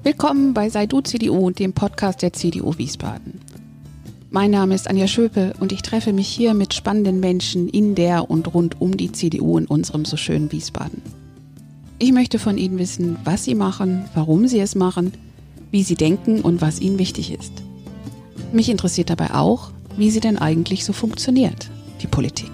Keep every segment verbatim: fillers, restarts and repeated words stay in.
Willkommen bei Sei du C D U, dem Podcast der C D U Wiesbaden. Mein Name ist Anja Schöpe und ich treffe mich hier mit spannenden Menschen in der und rund um die C D U in unserem so schönen Wiesbaden. Ich möchte von Ihnen wissen, was Sie machen, warum Sie es machen, wie Sie denken und was Ihnen wichtig ist. Mich interessiert dabei auch, wie sie denn eigentlich so funktioniert, die Politik.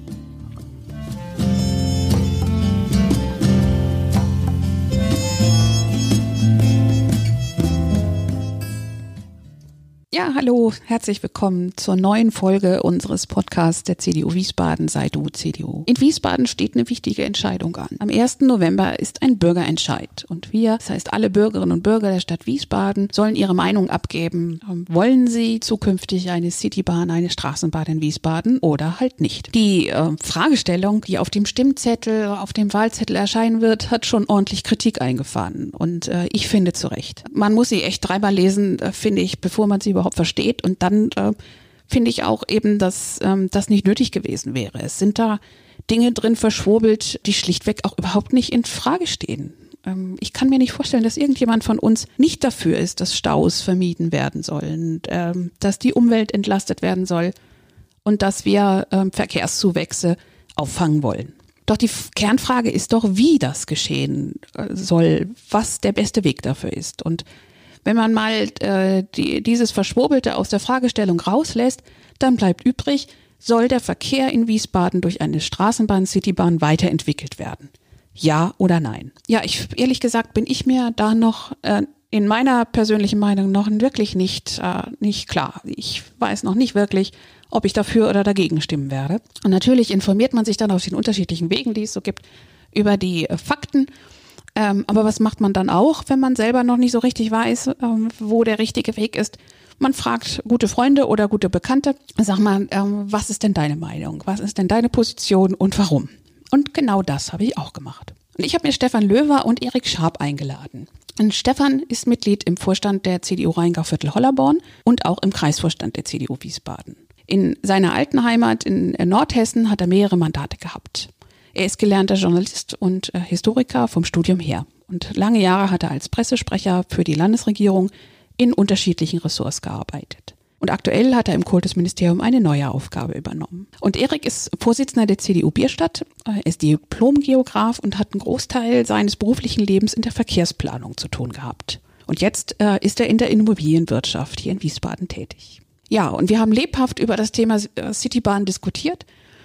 Ja, hallo, herzlich willkommen zur neuen Folge unseres Podcasts der C D U Wiesbaden, Sei du C D U. In Wiesbaden steht eine wichtige Entscheidung an. Am ersten November ist ein Bürgerentscheid und wir, das heißt alle Bürgerinnen und Bürger der Stadt Wiesbaden, sollen ihre Meinung abgeben. Wollen sie zukünftig eine Citybahn, eine Straßenbahn in Wiesbaden oder halt nicht? Die äh, Fragestellung, die auf dem Stimmzettel, auf dem Wahlzettel erscheinen wird, hat schon ordentlich Kritik eingefahren und äh, ich finde zu Recht. Man muss sie echt dreimal lesen, äh, finde ich, bevor man sie überhaupt versteht. Und dann äh, finde ich auch eben, dass ähm, das nicht nötig gewesen wäre. Es sind da Dinge drin verschwurbelt, die schlichtweg auch überhaupt nicht in Frage stehen. Ähm, ich kann mir nicht vorstellen, dass irgendjemand von uns nicht dafür ist, dass Staus vermieden werden sollen, ähm, dass die Umwelt entlastet werden soll und dass wir ähm, Verkehrszuwächse auffangen wollen. Doch die Kernfrage ist doch, wie das geschehen soll, was der beste Weg dafür ist. Und wenn man mal äh, die, dieses Verschwurbelte aus der Fragestellung rauslässt, dann bleibt übrig, soll der Verkehr in Wiesbaden durch eine Straßenbahn, Citybahn weiterentwickelt werden? Ja oder nein? Ja, ich ehrlich gesagt bin ich mir da noch äh, in meiner persönlichen Meinung noch wirklich nicht, äh, nicht klar. Ich weiß noch nicht wirklich, ob ich dafür oder dagegen stimmen werde. Und natürlich informiert man sich dann auf den unterschiedlichen Wegen, die es so gibt, über die äh, Fakten. Ähm, aber was macht man dann auch, wenn man selber noch nicht so richtig weiß, ähm, wo der richtige Weg ist? Man fragt gute Freunde oder gute Bekannte, sag mal, ähm, was ist denn deine Meinung? Was ist denn deine Position und warum? Und genau das habe ich auch gemacht. Und ich habe mir Stefan Löwer und Erik Scharp eingeladen. Und Stefan ist Mitglied im Vorstand der C D U Rheingau-Viertel-Hollerborn und auch im Kreisvorstand der C D U Wiesbaden. In seiner alten Heimat in Nordhessen hat er mehrere Mandate gehabt. Er ist gelernter Journalist und äh, Historiker vom Studium her. Und lange Jahre hat er als Pressesprecher für die Landesregierung in unterschiedlichen Ressorts gearbeitet. Und aktuell hat er im Kultusministerium eine neue Aufgabe übernommen. Und Erik ist Vorsitzender der C D U Bierstadt, er ist Diplom-Geograf und hat einen Großteil seines beruflichen Lebens in der Verkehrsplanung zu tun gehabt. Und jetzt äh, ist er in der Immobilienwirtschaft hier in Wiesbaden tätig. Ja, und wir haben lebhaft über das Thema äh, Citybahn diskutiert.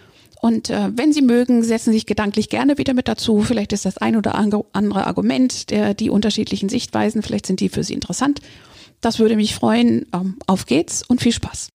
Und äh, wenn Sie mögen, setzen Sie sich gedanklich gerne wieder mit dazu. Vielleicht ist das ein oder andere Argument, der, die unterschiedlichen Sichtweisen, vielleicht sind die für Sie interessant. Das würde mich freuen. Ähm, auf geht's und viel Spaß.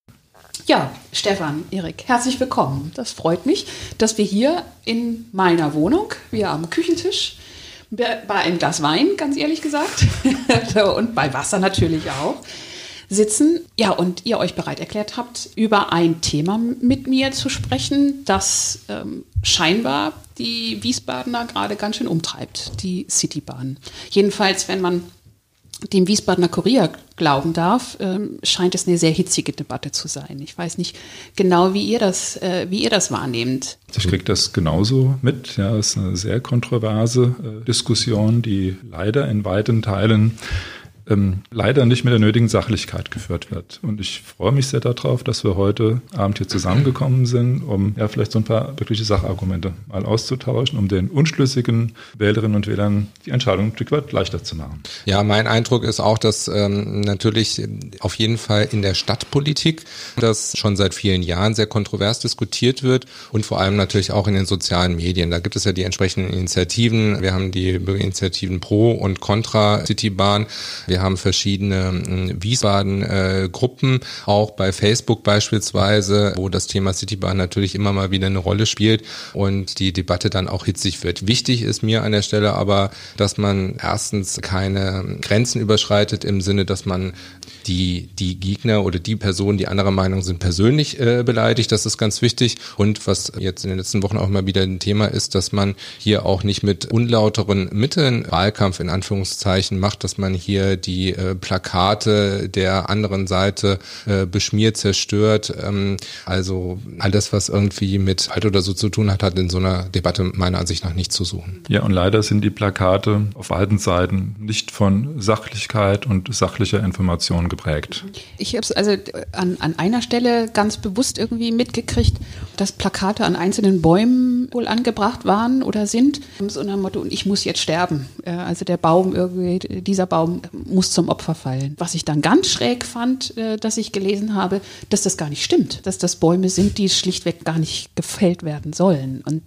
Ja, Stefan, Erik, herzlich willkommen. Das freut mich, dass wir hier in meiner Wohnung, wir am Küchentisch, bei einem Glas Wein, ganz ehrlich gesagt, und bei Wasser natürlich auch, sitzen, ja, und ihr euch bereit erklärt habt, über ein Thema mit mir zu sprechen, das ähm, scheinbar die Wiesbadener gerade ganz schön umtreibt, die Citybahn. Jedenfalls, wenn man dem Wiesbadener Kurier glauben darf, ähm, scheint es eine sehr hitzige Debatte zu sein. Ich weiß nicht genau, wie ihr das, äh, wie ihr das wahrnehmt. Ich kriege das genauso mit. Ja, es ist eine sehr kontroverse äh, Diskussion, die leider in weiten Teilen Ähm, leider nicht mit der nötigen Sachlichkeit geführt wird. Und ich freue mich sehr darauf, dass wir heute Abend hier zusammengekommen sind, um ja vielleicht so ein paar wirkliche Sachargumente mal auszutauschen, um den unschlüssigen Wählerinnen und Wählern die Entscheidung ein Stück weit leichter zu machen. Ja, mein Eindruck ist auch, dass ähm, natürlich auf jeden Fall in der Stadtpolitik das schon seit vielen Jahren sehr kontrovers diskutiert wird und vor allem natürlich auch in den sozialen Medien. Da gibt es ja die entsprechenden Initiativen. Wir haben die Bürgerinitiativen Pro und Contra Citybahn. Wir haben verschiedene Wiesbaden-Gruppen, auch bei Facebook beispielsweise, wo das Thema Citybahn natürlich immer mal wieder eine Rolle spielt und die Debatte dann auch hitzig wird. Wichtig ist mir an der Stelle aber, dass man erstens keine Grenzen überschreitet im Sinne, dass man die die Gegner oder die Personen, die anderer Meinung sind, persönlich äh, beleidigt. Das ist ganz wichtig. Und was jetzt in den letzten Wochen auch mal wieder ein Thema ist, dass man hier auch nicht mit unlauteren Mitteln Wahlkampf in Anführungszeichen macht, dass man hier die äh, Plakate der anderen Seite äh, beschmiert, zerstört. Ähm, also alles, was irgendwie mit Alt oder so zu tun hat, hat in so einer Debatte meiner Ansicht nach nichts zu suchen. Ja, und leider sind die Plakate auf beiden Seiten nicht von Sachlichkeit und sachlicher Information geprägt. Ich habe es also an, an einer Stelle ganz bewusst irgendwie mitgekriegt, dass Plakate an einzelnen Bäumen wohl angebracht waren oder sind. So einem Motto, und ich muss jetzt sterben. Also der Baum, irgendwie, dieser Baum muss zum Opfer fallen. Was ich dann ganz schräg fand, dass ich gelesen habe, dass das gar nicht stimmt. Dass das Bäume sind, die schlichtweg gar nicht gefällt werden sollen. Und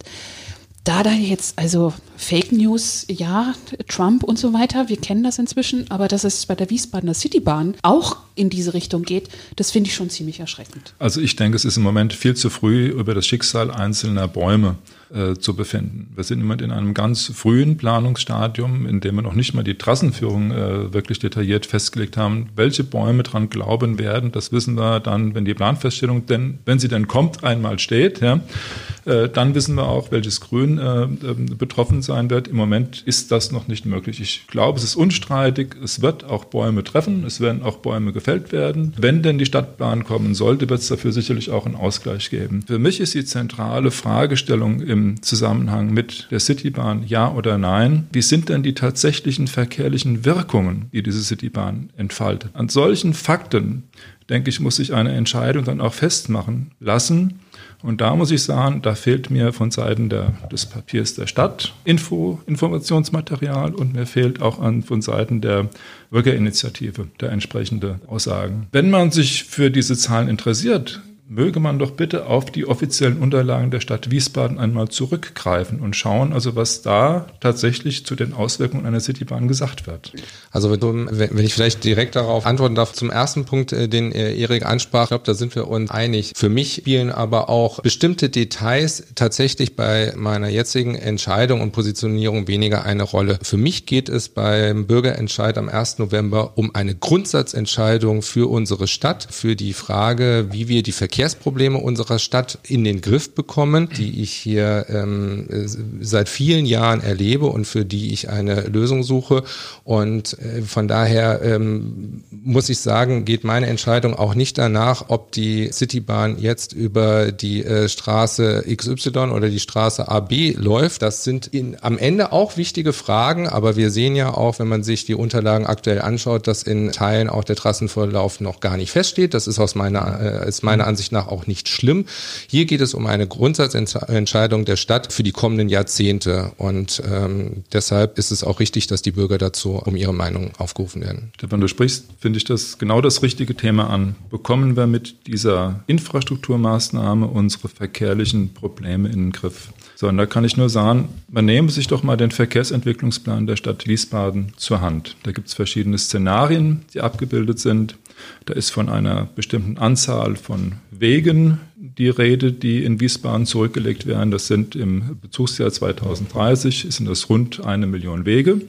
da da jetzt, also Fake News, ja, Trump und so weiter, wir kennen das inzwischen, aber dass es bei der Wiesbadener Citybahn auch in diese Richtung geht, das finde ich schon ziemlich erschreckend. Also ich denke, es ist im Moment viel zu früh, über das Schicksal einzelner Bäume äh, zu befinden. Wir sind im Moment in einem ganz frühen Planungsstadium, in dem wir noch nicht mal die Trassenführung äh, wirklich detailliert festgelegt haben. Welche Bäume dran glauben werden, das wissen wir dann, wenn die Planfeststellung, denn wenn sie denn kommt, einmal steht, ja, äh, dann wissen wir auch, welches Grün äh, betroffen sein wird. Im Moment ist das noch nicht möglich. Ich glaube, es ist unstreitig. Es wird auch Bäume treffen. Es werden auch Bäume gefällt werden. Wenn denn die Stadtplan kommen sollte, wird es dafür sicherlich auch einen Ausgleich geben. Für mich ist die zentrale Fragestellung im Zusammenhang mit der Citybahn ja oder nein. Wie sind denn die tatsächlichen verkehrlichen Wirkungen, die diese Citybahn entfaltet? An solchen Fakten, denke ich, muss sich eine Entscheidung dann auch festmachen lassen. Und da muss ich sagen, da fehlt mir von Seiten der, des Papiers der Stadt Info, Informationsmaterial und mir fehlt auch an, von Seiten der Bürgerinitiative der entsprechende Aussagen. Wenn man sich für diese Zahlen interessiert, möge man doch bitte auf die offiziellen Unterlagen der Stadt Wiesbaden einmal zurückgreifen und schauen, also was da tatsächlich zu den Auswirkungen einer Citybahn gesagt wird. Also wenn ich vielleicht direkt darauf antworten darf, zum ersten Punkt, den Erik ansprach, ich glaube, da sind wir uns einig. Für mich spielen aber auch bestimmte Details tatsächlich bei meiner jetzigen Entscheidung und Positionierung weniger eine Rolle. Für mich geht es beim Bürgerentscheid am ersten November um eine Grundsatzentscheidung für unsere Stadt, für die Frage, wie wir die Verkehrsprobleme Verkehrsprobleme unserer Stadt in den Griff bekommen, die ich hier ähm, seit vielen Jahren erlebe und für die ich eine Lösung suche. Und äh, von daher ähm, muss ich sagen, geht meine Entscheidung auch nicht danach, ob die Citybahn jetzt über die äh, Straße X Y oder die Straße A B läuft. Das sind in, am Ende auch wichtige Fragen, aber wir sehen ja auch, wenn man sich die Unterlagen aktuell anschaut, dass in Teilen auch der Trassenverlauf noch gar nicht feststeht. Das ist aus meiner, äh, ist meiner Ansicht nach auch nicht schlimm. Hier geht es um eine Grundsatzentscheidung der Stadt für die kommenden Jahrzehnte und ähm, deshalb ist es auch richtig, dass die Bürger dazu um ihre Meinung aufgerufen werden. Wenn du sprichst, finde ich das genau das richtige Thema an. Bekommen wir mit dieser Infrastrukturmaßnahme unsere verkehrlichen Probleme in den Griff? So, und da kann ich nur sagen, man nehme sich doch mal den Verkehrsentwicklungsplan der Stadt Wiesbaden zur Hand. Da gibt es verschiedene Szenarien, die abgebildet sind. Da ist von einer bestimmten Anzahl von Wegen die Rede, die in Wiesbaden zurückgelegt werden. Das sind im Bezugsjahr zweitausenddreißig, sind das rund eine Million Wege.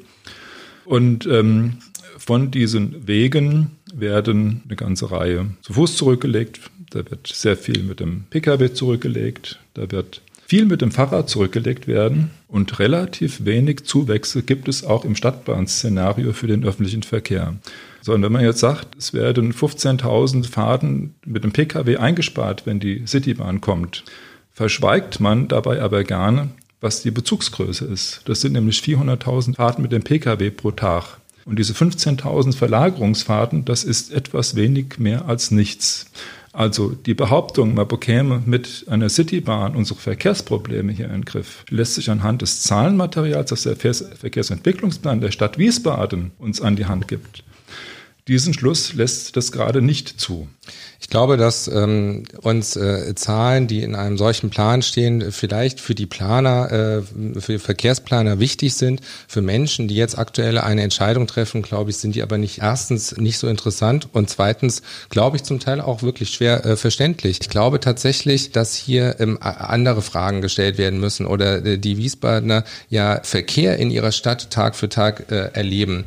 Und ähm, von diesen Wegen werden eine ganze Reihe zu Fuß zurückgelegt. Da wird sehr viel mit dem Pkw zurückgelegt. Da wird viel mit dem Fahrrad zurückgelegt werden. Und relativ wenig Zuwächse gibt es auch im Stadtbahnszenario für den öffentlichen Verkehr. So, und wenn man jetzt sagt, es werden fünfzehntausend Fahrten mit dem Pkw eingespart, wenn die Citybahn kommt, verschweigt man dabei aber gerne, was die Bezugsgröße ist. Das sind nämlich vierhunderttausend Fahrten mit dem Pkw pro Tag. Und diese fünfzehntausend Verlagerungsfahrten, das ist etwas wenig mehr als nichts. Also die Behauptung, man bekäme mit einer Citybahn unsere Verkehrsprobleme hier in den Griff, lässt sich anhand des Zahlenmaterials, das der Verkehrsentwicklungsplan der Stadt Wiesbaden uns an die Hand gibt. Diesen Schluss lässt das gerade nicht zu. Ich glaube, dass ähm, uns äh, Zahlen, die in einem solchen Plan stehen, vielleicht für die Planer, äh, für die Verkehrsplaner wichtig sind. Für Menschen, die jetzt aktuell eine Entscheidung treffen, glaube ich, sind die aber nicht erstens nicht so interessant und zweitens, glaube ich, zum Teil auch wirklich schwer äh, verständlich. Ich glaube tatsächlich, dass hier ähm, andere Fragen gestellt werden müssen oder äh, die Wiesbadener ja Verkehr in ihrer Stadt Tag für Tag äh, erleben.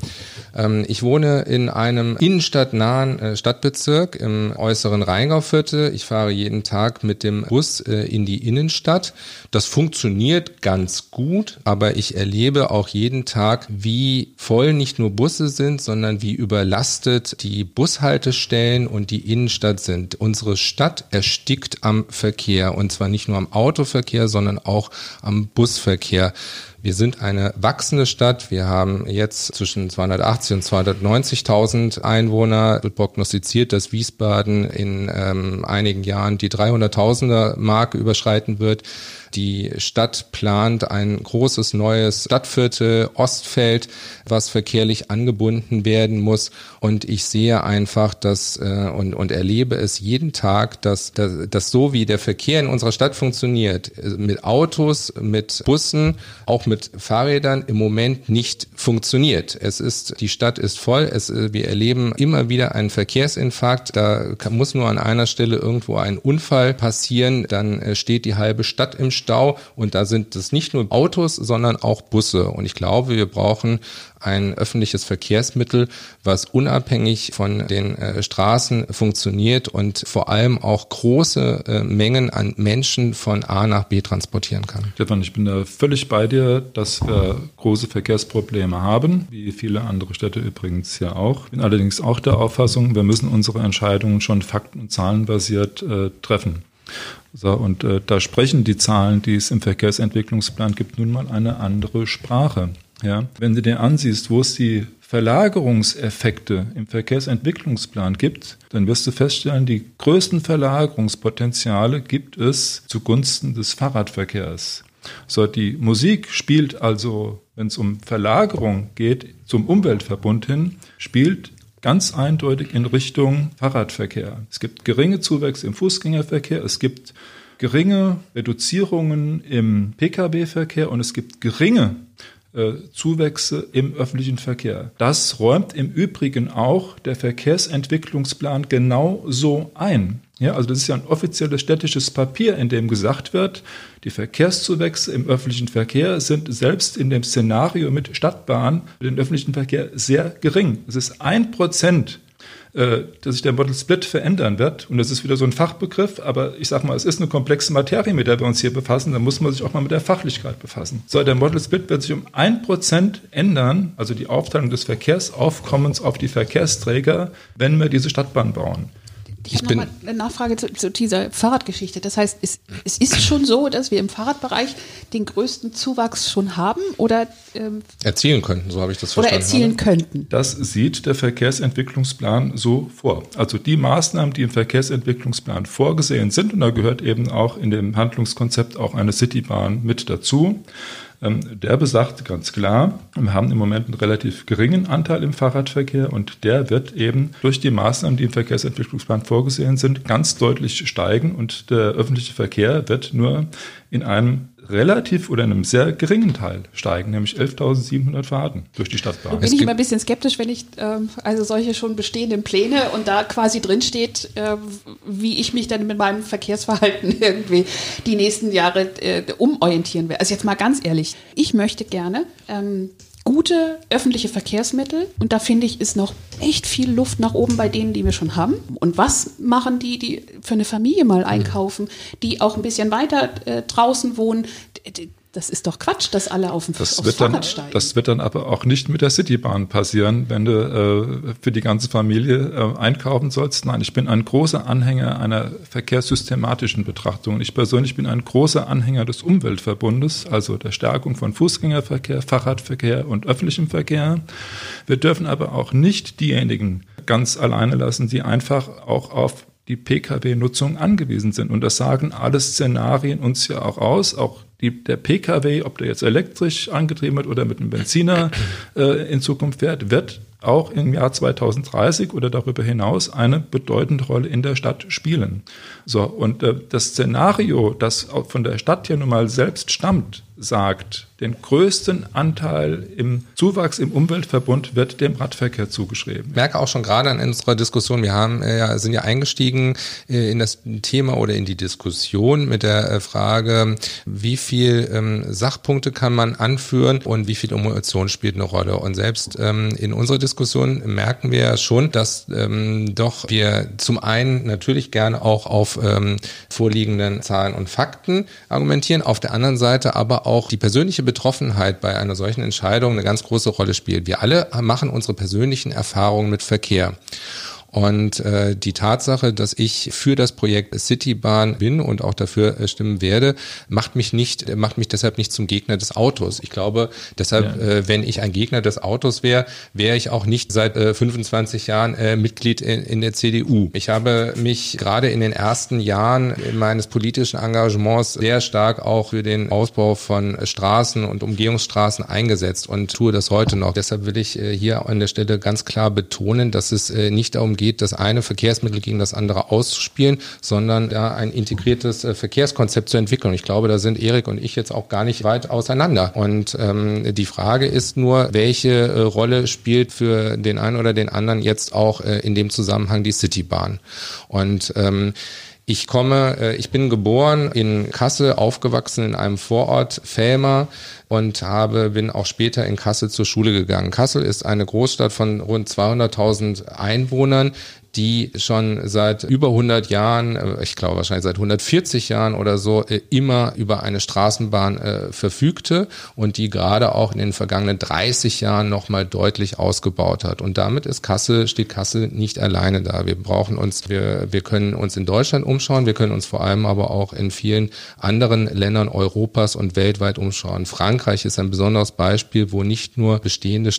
Ähm, ich wohne in einem innenstadtnahen äh, Stadtbezirk im äußeren Rheingauviertel. Ich fahre jeden Tag mit dem Bus äh, in die Innenstadt. Das funktioniert ganz gut, aber ich erlebe auch jeden Tag, wie voll nicht nur Busse sind, sondern wie überlastet die Bushaltestellen und die Innenstadt sind. Unsere Stadt erstickt am Verkehr, und zwar nicht nur am Autoverkehr, sondern auch am Busverkehr. Wir sind eine wachsende Stadt. Wir haben jetzt zwischen zweihundertachtzig und zweihundertneunzigtausend Einwohner. Es wird prognostiziert, dass Wiesbaden in ähm, einigen Jahren die dreihunderttausender-Marke überschreiten wird. Die Stadt plant ein großes neues Stadtviertel, Ostfeld, was verkehrlich angebunden werden muss. Und ich sehe einfach, dass äh, und, und erlebe es jeden Tag, dass, dass, dass so wie der Verkehr in unserer Stadt funktioniert, mit Autos, mit Bussen, auch mit Fahrrädern im Moment nicht funktioniert. Es ist, die Stadt ist voll. Es, wir erleben immer wieder einen Verkehrsinfarkt. Da kann, muss nur an einer Stelle irgendwo ein Unfall passieren, dann äh, steht die halbe Stadt im Stau, und da sind es nicht nur Autos, sondern auch Busse. Und ich glaube, wir brauchen ein öffentliches Verkehrsmittel, was unabhängig von den äh, Straßen funktioniert und vor allem auch große äh, Mengen an Menschen von A nach B transportieren kann. Stefan, ich bin da völlig bei dir, dass wir große Verkehrsprobleme haben, wie viele andere Städte übrigens ja auch. Ich bin allerdings auch der Auffassung, wir müssen unsere Entscheidungen schon fakten- und zahlenbasiert äh, treffen. So, und äh, da sprechen die Zahlen, die es im Verkehrsentwicklungsplan gibt, nun mal eine andere Sprache. Ja? Wenn du dir ansiehst, wo es die Verlagerungseffekte im Verkehrsentwicklungsplan gibt, dann wirst du feststellen, die größten Verlagerungspotenziale gibt es zugunsten des Fahrradverkehrs. So, die Musik spielt also, wenn es um Verlagerung geht, zum Umweltverbund hin, spielt ganz eindeutig in Richtung Fahrradverkehr. Es gibt geringe Zuwächse im Fußgängerverkehr, es gibt geringe Reduzierungen im Pkw-Verkehr und es gibt geringe äh, Zuwächse im öffentlichen Verkehr. Das räumt im Übrigen auch der Verkehrsentwicklungsplan genau so ein. Ja, also das ist ja ein offizielles städtisches Papier, in dem gesagt wird, die Verkehrszuwächse im öffentlichen Verkehr sind selbst in dem Szenario mit Stadtbahn für den öffentlichen Verkehr sehr gering. Es ist ein Prozent, äh, dass sich der Model Split verändern wird. Und das ist wieder so ein Fachbegriff, aber ich sage mal, es ist eine komplexe Materie, mit der wir uns hier befassen. Da muss man sich auch mal mit der Fachlichkeit befassen. So, der Model Split wird sich um ein Prozent ändern, also die Aufteilung des Verkehrsaufkommens auf die Verkehrsträger, wenn wir diese Stadtbahn bauen. Ich habe nochmal eine Nachfrage zu, zu dieser Fahrradgeschichte. Das heißt, es, es ist schon so, dass wir im Fahrradbereich den größten Zuwachs schon haben oder ähm, erzielen könnten, so habe ich das oder verstanden. Oder erzielen oder? könnten. Das sieht der Verkehrsentwicklungsplan so vor. Also die Maßnahmen, die im Verkehrsentwicklungsplan vorgesehen sind, und da gehört eben auch in dem Handlungskonzept auch eine Citybahn mit dazu. Der besagt ganz klar, wir haben im Moment einen relativ geringen Anteil im Fahrradverkehr und der wird eben durch die Maßnahmen, die im Verkehrsentwicklungsplan vorgesehen sind, ganz deutlich steigen und der öffentliche Verkehr wird nur in einem relativ oder in einem sehr geringen Teil steigen, nämlich elftausendsiebenhundert Fahrten durch die Stadtbahn. Da bin ich immer ein bisschen skeptisch, wenn ich ähm, also solche schon bestehenden Pläne und da quasi drin steht, äh, wie ich mich dann mit meinem Verkehrsverhalten irgendwie die nächsten Jahre äh, umorientieren werde. Also jetzt mal ganz ehrlich, ich möchte gerne ähm, gute öffentliche Verkehrsmittel und da finde ich, ist noch echt viel Luft nach oben bei denen, die wir schon haben. Und was machen die, die für eine Familie mal einkaufen, die auch ein bisschen weiter äh, draußen wohnen? Das ist doch Quatsch, dass alle auf dem das aufs wird Fahrrad dann, steigen. Das wird dann aber auch nicht mit der Citybahn passieren, wenn du äh, für die ganze Familie äh, einkaufen sollst. Nein, ich bin ein großer Anhänger einer verkehrssystematischen Betrachtung. Ich persönlich bin ein großer Anhänger des Umweltverbundes, also der Stärkung von Fußgängerverkehr, Fahrradverkehr und öffentlichem Verkehr. Wir dürfen aber auch nicht diejenigen ganz alleine lassen, die einfach auch auf die Pkw-Nutzung angewiesen sind. Und das sagen alle Szenarien uns ja auch aus. Auch die, der Pkw, ob der jetzt elektrisch angetrieben wird oder mit einem Benziner äh, in Zukunft fährt, wird auch im Jahr zweitausenddreißig oder darüber hinaus eine bedeutende Rolle in der Stadt spielen. So, und äh, das Szenario, das auch von der Stadt ja nun mal selbst stammt, sagt, den größten Anteil im Zuwachs im Umweltverbund wird dem Radverkehr zugeschrieben. Ich merke auch schon gerade an unserer Diskussion, wir haben äh, sind ja eingestiegen äh, in das Thema oder in die Diskussion mit der äh, Frage, wie viel viel ähm, Sachpunkte kann man anführen und wie viel Emotion spielt eine Rolle. Und selbst ähm, in unserer Diskussion merken wir ja schon, dass ähm, doch wir zum einen natürlich gerne auch auf ähm, vorliegenden Zahlen und Fakten argumentieren, auf der anderen Seite aber auch die persönliche Betroffenheit bei einer solchen Entscheidung eine ganz große Rolle spielt. Wir alle machen unsere persönlichen Erfahrungen mit Verkehr. Und äh, die Tatsache, dass ich für das Projekt Citybahn bin und auch dafür äh, stimmen werde, macht mich nicht, macht mich deshalb nicht zum Gegner des Autos. Ich glaube, deshalb, ja. äh, wenn ich ein Gegner des Autos wäre, wäre ich auch nicht seit äh, fünfundzwanzig Jahren äh, Mitglied in, in der C D U. Ich habe mich gerade in den ersten Jahren meines politischen Engagements sehr stark auch für den Ausbau von Straßen und Umgehungsstraßen eingesetzt und tue das heute noch. Deshalb will ich äh, hier an der Stelle ganz klar betonen, dass es äh, nicht darum geht, das eine Verkehrsmittel gegen das andere auszuspielen, sondern da ein integriertes äh, Verkehrskonzept zu entwickeln. Ich glaube, da sind Erik und ich jetzt auch gar nicht weit auseinander. Und ähm, die Frage ist nur, welche äh, Rolle spielt für den einen oder den anderen jetzt auch äh, in dem Zusammenhang die Citybahn. Und ähm, Ich komme, äh, ich bin geboren in Kassel, aufgewachsen in einem Vorort, Velmer, und habe, bin auch später in Kassel zur Schule gegangen. Kassel ist eine Großstadt von rund zweihunderttausend Einwohnern, die schon seit über hundert Jahren, ich glaube wahrscheinlich seit hundertvierzig Jahren oder so, immer über eine Straßenbahn äh, verfügte und die gerade auch in den vergangenen dreißig Jahren nochmal deutlich ausgebaut hat. Und damit ist Kassel, steht Kassel nicht alleine da. Wir brauchen uns, wir, wir können uns in Deutschland umschauen, wir können uns vor allem aber auch in vielen anderen Ländern Europas und weltweit umschauen. Frankreich ist ein besonderes Beispiel, wo nicht nur bestehende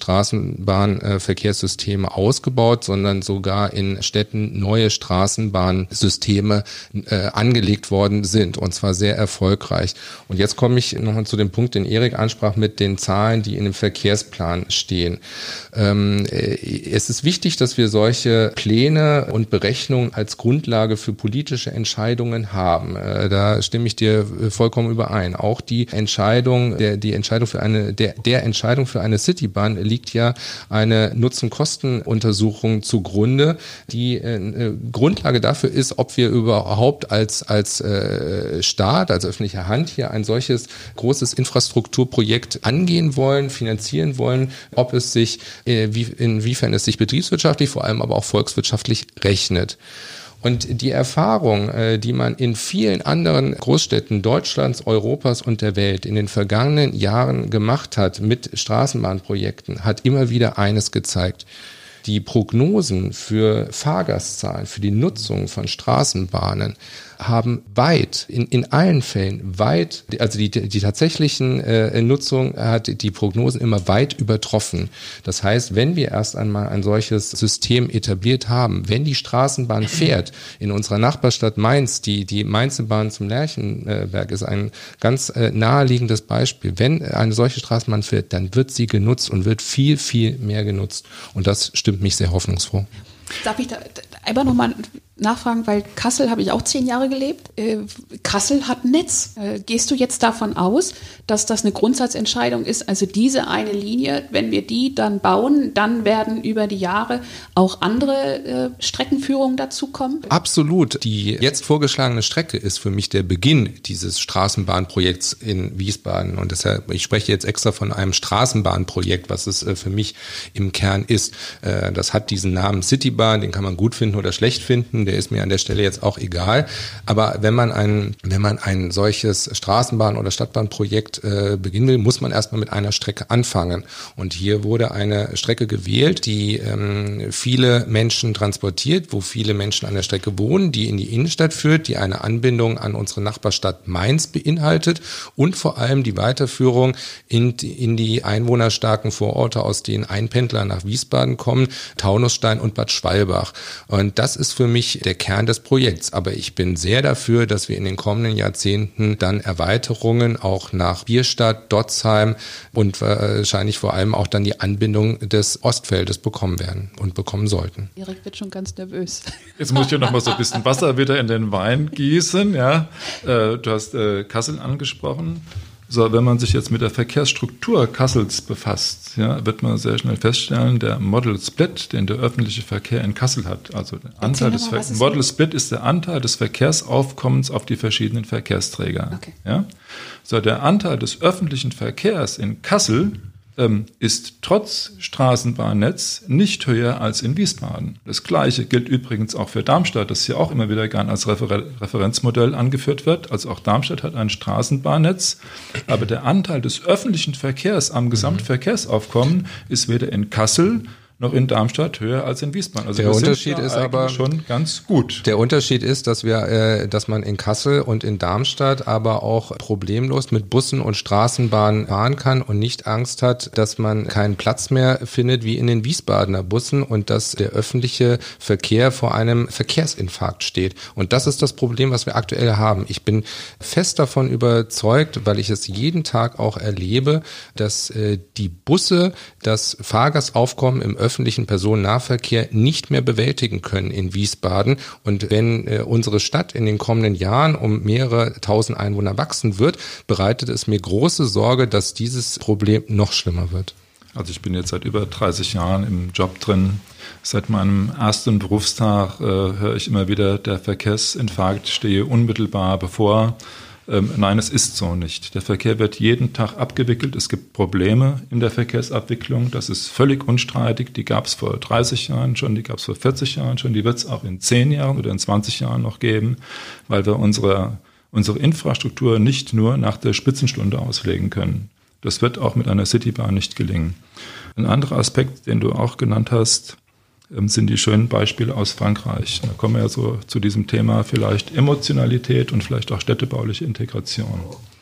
Straßenbahnverkehrssysteme ausgebaut, sondern sogar in Städten neue Straßenbahnsysteme äh, angelegt worden sind, und zwar sehr erfolgreich. Und jetzt komme ich nochmal zu dem Punkt, den Erik ansprach, mit den Zahlen, die in dem Verkehrsplan stehen. Ähm, äh, es ist wichtig, dass wir solche Pläne und Berechnungen als Grundlage für politische Entscheidungen haben. Äh, da stimme ich dir vollkommen überein. Auch die Entscheidung, der, die Entscheidung für eine, der, der Entscheidung für eine Citybahn liegt ja eine Nutzen-Kosten-Untersuchung zugrunde, die äh, Grundlage dafür ist, ob wir überhaupt als als äh, Staat, als öffentliche Hand hier ein solches großes Infrastrukturprojekt angehen wollen, finanzieren wollen, ob es sich, äh, wie, inwiefern es sich betriebswirtschaftlich, vor allem aber auch volkswirtschaftlich rechnet. Und die Erfahrung, äh, die man in vielen anderen Großstädten Deutschlands, Europas und der Welt in den vergangenen Jahren gemacht hat mit Straßenbahnprojekten, hat immer wieder eines gezeigt: Die Prognosen für Fahrgastzahlen, für die Nutzung von Straßenbahnen haben weit, in, in allen Fällen weit, also die, die tatsächlichen äh, Nutzung hat die Prognosen immer weit übertroffen. Das heißt, wenn wir erst einmal ein solches System etabliert haben, wenn die Straßenbahn fährt, in unserer Nachbarstadt Mainz, die, die Mainzer Bahn zum Lerchenberg ist ein ganz äh, naheliegendes Beispiel. Wenn eine solche Straßenbahn fährt, dann wird sie genutzt und wird viel, viel mehr genutzt. Und das stimmt mich sehr hoffnungsfroh. Darf ich da einmal nochmal nachfragen, weil Kassel habe ich auch zehn Jahre gelebt. Äh, Kassel hat ein Netz. Äh, gehst du jetzt davon aus, dass das eine Grundsatzentscheidung ist? Also diese eine Linie, wenn wir die dann bauen, dann werden über die Jahre auch andere äh, Streckenführungen dazukommen? Absolut. Die jetzt vorgeschlagene Strecke ist für mich der Beginn dieses Straßenbahnprojekts in Wiesbaden. Und deshalb, ich spreche jetzt extra von einem Straßenbahnprojekt, was es äh, für mich im Kern ist. Äh, das hat diesen Namen Citybahn, den kann man gut finden oder schlecht finden. Der ist mir an der Stelle jetzt auch egal. Aber wenn man ein, wenn man ein solches Straßenbahn- oder Stadtbahnprojekt äh, beginnen will, muss man erstmal mit einer Strecke anfangen. Und hier wurde eine Strecke gewählt, die ähm, viele Menschen transportiert, wo viele Menschen an der Strecke wohnen, die in die Innenstadt führt, die eine Anbindung an unsere Nachbarstadt Mainz beinhaltet und vor allem die Weiterführung in die, in die einwohnerstarken Vororte, aus denen Einpendler nach Wiesbaden kommen, Taunusstein und Bad Schwalbach. Und das ist für mich der Kern des Projekts. Aber ich bin sehr dafür, dass wir in den kommenden Jahrzehnten dann Erweiterungen auch nach Bierstadt, Dotzheim und wahrscheinlich vor allem auch dann die Anbindung des Ostfeldes bekommen werden und bekommen sollten. Erik wird schon ganz nervös. Jetzt muss ich ja noch mal so ein bisschen Wasser wieder in den Wein gießen. Ja, äh, du hast äh, Kassel angesprochen. So, wenn man sich jetzt mit der Verkehrsstruktur Kassels befasst, ja, wird man sehr schnell feststellen, der Model Split, den der öffentliche Verkehr in Kassel hat, also der Anteil des Ver- Model Split ist der Anteil des Verkehrsaufkommens auf die verschiedenen Verkehrsträger. Okay. Ja? So, der Anteil des öffentlichen Verkehrs in Kassel ähm, ist trotz Straßenbahnnetz nicht höher als in Wiesbaden. Das Gleiche gilt übrigens auch für Darmstadt, das hier auch immer wieder gern als Refer- Referenzmodell angeführt wird. Also auch Darmstadt hat ein Straßenbahnnetz, aber der Anteil des öffentlichen Verkehrs am Gesamtverkehrsaufkommen ist weder in Kassel noch in Darmstadt höher als in Wiesbaden. Also der Unterschied ist aber schon ganz gut. Der Unterschied ist, dass wir, äh, dass man in Kassel und in Darmstadt aber auch problemlos mit Bussen und Straßenbahnen fahren kann und nicht Angst hat, dass man keinen Platz mehr findet wie in den Wiesbadener Bussen und dass der öffentliche Verkehr vor einem Verkehrsinfarkt steht. Und das ist das Problem, was wir aktuell haben. Ich bin fest davon überzeugt, weil ich es jeden Tag auch erlebe, dass äh, die Busse das Fahrgastaufkommen im öffentlichen öffentlichen Personennahverkehr nicht mehr bewältigen können in Wiesbaden. Und wenn äh, unsere Stadt in den kommenden Jahren um mehrere tausend Einwohner wachsen wird, bereitet es mir große Sorge, dass dieses Problem noch schlimmer wird. Also ich bin jetzt seit über dreißig Jahren im Job drin. Seit meinem ersten Berufstag äh, höre ich immer wieder, der Verkehrsinfarkt stehe unmittelbar bevor. Ähm, nein, es ist so nicht. Der Verkehr wird jeden Tag abgewickelt. Es gibt Probleme in der Verkehrsabwicklung. Das ist völlig unstreitig. Die gab es vor dreißig Jahren schon, die gab es vor vierzig Jahren schon. Die wird es auch in zehn Jahren oder in zwanzig Jahren noch geben, weil wir unsere, unsere Infrastruktur nicht nur nach der Spitzenstunde auslegen können. Das wird auch mit einer Citybahn nicht gelingen. Ein anderer Aspekt, den du auch genannt hast, sind die schönen Beispiele aus Frankreich. Da kommen wir ja so zu diesem Thema vielleicht Emotionalität und vielleicht auch städtebauliche Integration.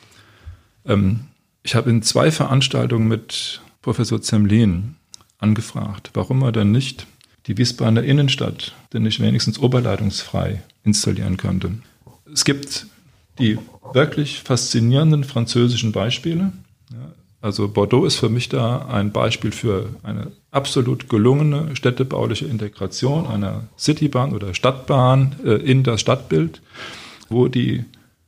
Ähm, ich habe in zwei Veranstaltungen mit Professor Zemlin angefragt, warum er denn nicht die Wiesbadener Innenstadt denn nicht wenigstens oberleitungsfrei installieren könnte. Es gibt die wirklich faszinierenden französischen Beispiele. Ja, also Bordeaux ist für mich da ein Beispiel für eine absolut gelungene städtebauliche Integration einer Citybahn oder Stadtbahn äh, in das Stadtbild, wo die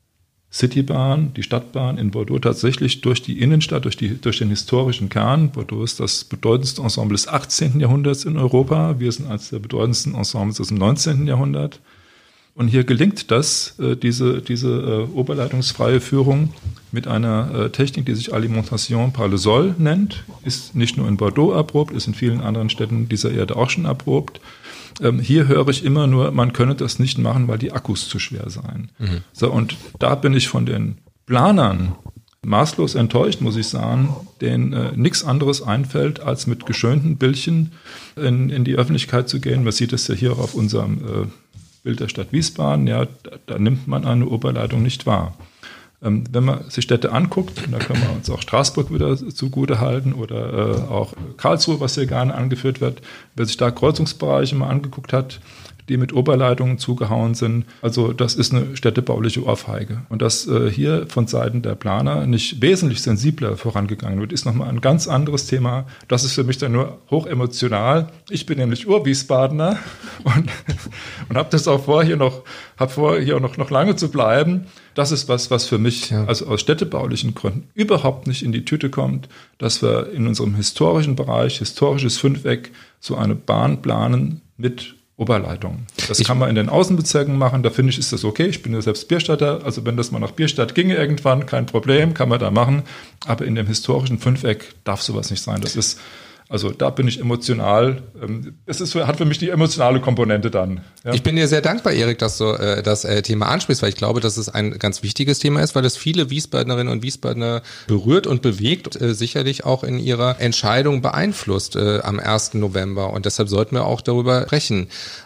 Citybahn, die Stadtbahn in Bordeaux tatsächlich durch die Innenstadt, durch, die, durch den historischen Kern, Bordeaux ist das bedeutendste Ensemble des achtzehnten Jahrhunderts in Europa, wir sind eines der bedeutendsten Ensembles des neunzehnten Jahrhunderts. Und hier gelingt das, diese, diese oberleitungsfreie Führung mit einer Technik, die sich Alimentation par le Sol nennt, ist nicht nur in Bordeaux erprobt, ist in vielen anderen Städten dieser Erde auch schon erprobt. Hier höre ich immer nur, man könne das nicht machen, weil die Akkus zu schwer seien. Mhm. So, und da bin ich von den Planern maßlos enttäuscht, muss ich sagen, denen äh, nichts anderes einfällt, als mit geschönten Bildchen in, in die Öffentlichkeit zu gehen. Man sieht es ja hier auch auf unserem äh, Bild der Stadt Wiesbaden, ja, da, da nimmt man eine Oberleitung nicht wahr. Ähm, wenn man sich Städte anguckt, und da können wir uns auch Straßburg wieder zugute halten oder äh, auch Karlsruhe, was hier gerne angeführt wird, wer sich da Kreuzungsbereiche mal angeguckt hat, die mit Oberleitungen zugehauen sind. Also das ist eine städtebauliche Ohrfeige. Und dass äh, hier von Seiten der Planer nicht wesentlich sensibler vorangegangen wird, ist nochmal ein ganz anderes Thema. Das ist für mich dann nur hochemotional. Ich bin nämlich Ur-Wiesbadener und, und habe das auch vor, hier noch, hab vor, hier auch noch, noch lange zu bleiben. Das ist was, was für mich ja. also aus städtebaulichen Gründen überhaupt nicht in die Tüte kommt, dass wir in unserem historischen Bereich, historisches Fünfeck, so eine Bahn planen mit Oberleitung. Das ich kann man in den Außenbezirken machen, da finde ich, ist das okay. Ich bin ja selbst Bierstädter, also wenn das mal nach Bierstadt ginge irgendwann, kein Problem, kann man da machen. Aber in dem historischen Fünfeck darf sowas nicht sein. Das ist, also da bin ich emotional, es ist, hat für mich die emotionale Komponente dann. Ja. Ich bin dir sehr dankbar, Erik, dass du äh, das äh, Thema ansprichst, weil ich glaube, dass es ein ganz wichtiges Thema ist, weil es viele Wiesbadnerinnen und Wiesbadener berührt und bewegt, äh, sicherlich auch in ihrer Entscheidung beeinflusst äh, am ersten November. Und deshalb sollten wir auch darüber sprechen.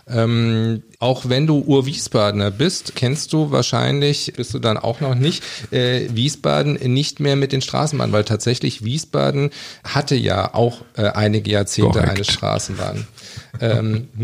Ähm, auch wenn du Ur-Wiesbadener bist, kennst du wahrscheinlich, bist du dann auch noch nicht, äh, Wiesbaden nicht mehr mit den Straßenbahnen, weil tatsächlich Wiesbaden hatte ja auch äh, einige Jahrzehnte Korrekt. eine Straßenbahn. ähm, hm?